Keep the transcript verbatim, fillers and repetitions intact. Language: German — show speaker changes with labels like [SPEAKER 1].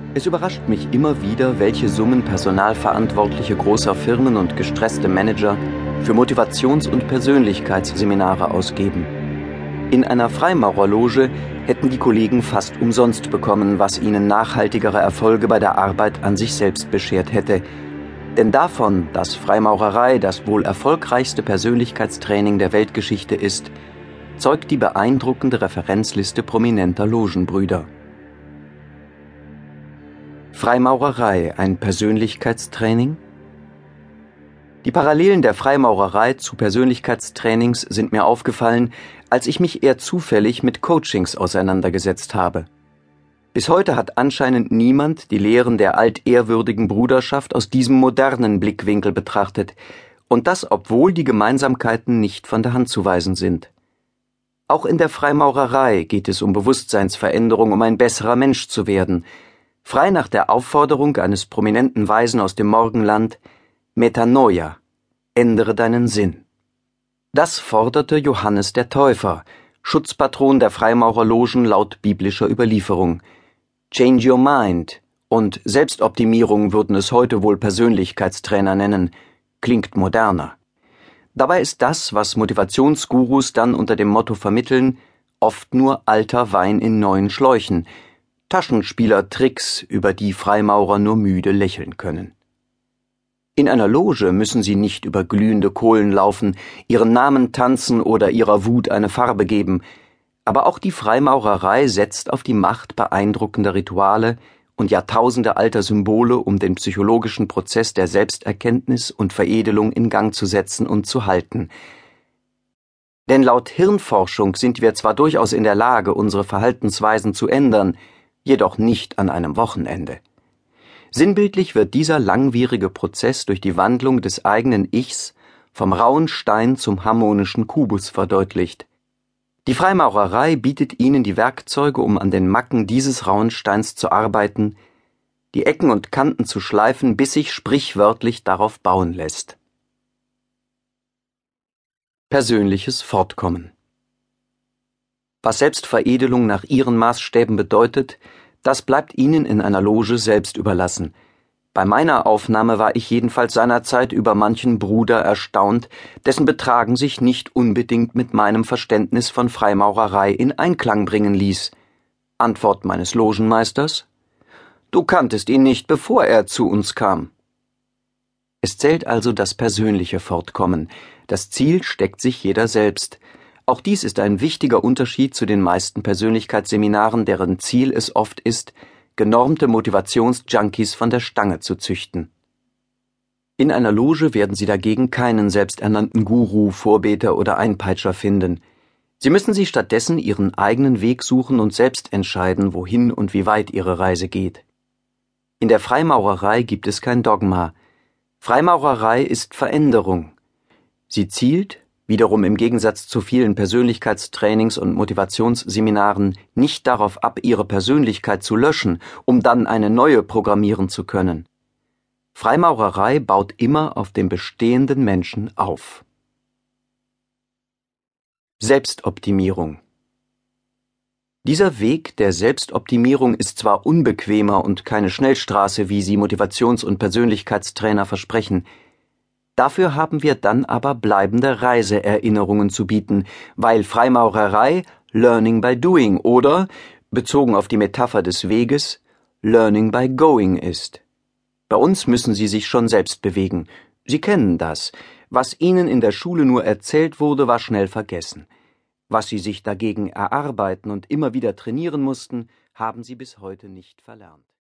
[SPEAKER 1] Es überrascht mich immer wieder, welche Summen Personalverantwortliche großer Firmen und gestresste Manager für Motivations- und Persönlichkeitsseminare ausgeben. In einer Freimaurerloge hätten die Kollegen fast umsonst bekommen, was ihnen nachhaltigere Erfolge bei der Arbeit an sich selbst beschert hätte. Denn davon, dass Freimaurerei das wohl erfolgreichste Persönlichkeitstraining der Weltgeschichte ist, zeugt die beeindruckende Referenzliste prominenter Logenbrüder. Freimaurerei, ein Persönlichkeitstraining? Die Parallelen der Freimaurerei zu Persönlichkeitstrainings sind mir aufgefallen, als ich mich eher zufällig mit Coachings auseinandergesetzt habe. Bis heute hat anscheinend niemand die Lehren der altehrwürdigen Bruderschaft aus diesem modernen Blickwinkel betrachtet, und das, obwohl die Gemeinsamkeiten nicht von der Hand zu weisen sind. Auch in der Freimaurerei geht es um Bewusstseinsveränderung, um ein besserer Mensch zu werden, frei nach der Aufforderung eines prominenten Weisen aus dem Morgenland: Metanoia, ändere deinen Sinn. Das forderte Johannes der Täufer, Schutzpatron der Freimaurerlogen laut biblischer Überlieferung. Change your mind und Selbstoptimierung würden es heute wohl Persönlichkeitstrainer nennen, klingt moderner. Dabei ist das, was Motivationsgurus dann unter dem Motto vermitteln, oft nur alter Wein in neuen Schläuchen, Taschenspielertricks, über die Freimaurer nur müde lächeln können. In einer Loge müssen sie nicht über glühende Kohlen laufen, ihren Namen tanzen oder ihrer Wut eine Farbe geben, aber auch die Freimaurerei setzt auf die Macht beeindruckender Rituale und jahrtausendealter Symbole, um den psychologischen Prozess der Selbsterkenntnis und Veredelung in Gang zu setzen und zu halten. Denn laut Hirnforschung sind wir zwar durchaus in der Lage, unsere Verhaltensweisen zu ändern, jedoch nicht an einem Wochenende. Sinnbildlich wird dieser langwierige Prozess durch die Wandlung des eigenen Ichs vom rauen Stein zum harmonischen Kubus verdeutlicht. Die Freimaurerei bietet ihnen die Werkzeuge, um an den Macken dieses rauen Steins zu arbeiten, die Ecken und Kanten zu schleifen, bis sich sprichwörtlich darauf bauen lässt. Persönliches Fortkommen. Was Selbstveredelung nach ihren Maßstäben bedeutet, das bleibt ihnen in einer Loge selbst überlassen. Bei meiner Aufnahme war ich jedenfalls seinerzeit über manchen Bruder erstaunt, dessen Betragen sich nicht unbedingt mit meinem Verständnis von Freimaurerei in Einklang bringen ließ. Antwort meines Logenmeisters: Du kanntest ihn nicht, bevor er zu uns kam. Es zählt also das persönliche Fortkommen. Das Ziel steckt sich jeder selbst. Auch dies ist ein wichtiger Unterschied zu den meisten Persönlichkeitsseminaren, deren Ziel es oft ist, genormte Motivationsjunkies von der Stange zu züchten. In einer Loge werden Sie dagegen keinen selbsternannten Guru, Vorbeter oder Einpeitscher finden. Sie müssen sich stattdessen Ihren eigenen Weg suchen und selbst entscheiden, wohin und wie weit Ihre Reise geht. In der Freimaurerei gibt es kein Dogma. Freimaurerei ist Veränderung. Sie zielt, wiederum im Gegensatz zu vielen Persönlichkeitstrainings und Motivationsseminaren, nicht darauf ab, ihre Persönlichkeit zu löschen, um dann eine neue programmieren zu können. Freimaurerei baut immer auf dem bestehenden Menschen auf. Selbstoptimierung. Dieser Weg der Selbstoptimierung ist zwar unbequemer und keine Schnellstraße, wie sie Motivations- und Persönlichkeitstrainer versprechen. Dafür haben wir dann aber bleibende Reiseerinnerungen zu bieten, weil Freimaurerei Learning by Doing oder, bezogen auf die Metapher des Weges, Learning by Going ist. Bei uns müssen Sie sich schon selbst bewegen. Sie kennen das. Was Ihnen in der Schule nur erzählt wurde, war schnell vergessen. Was Sie sich dagegen erarbeiten und immer wieder trainieren mussten, haben Sie bis heute nicht verlernt.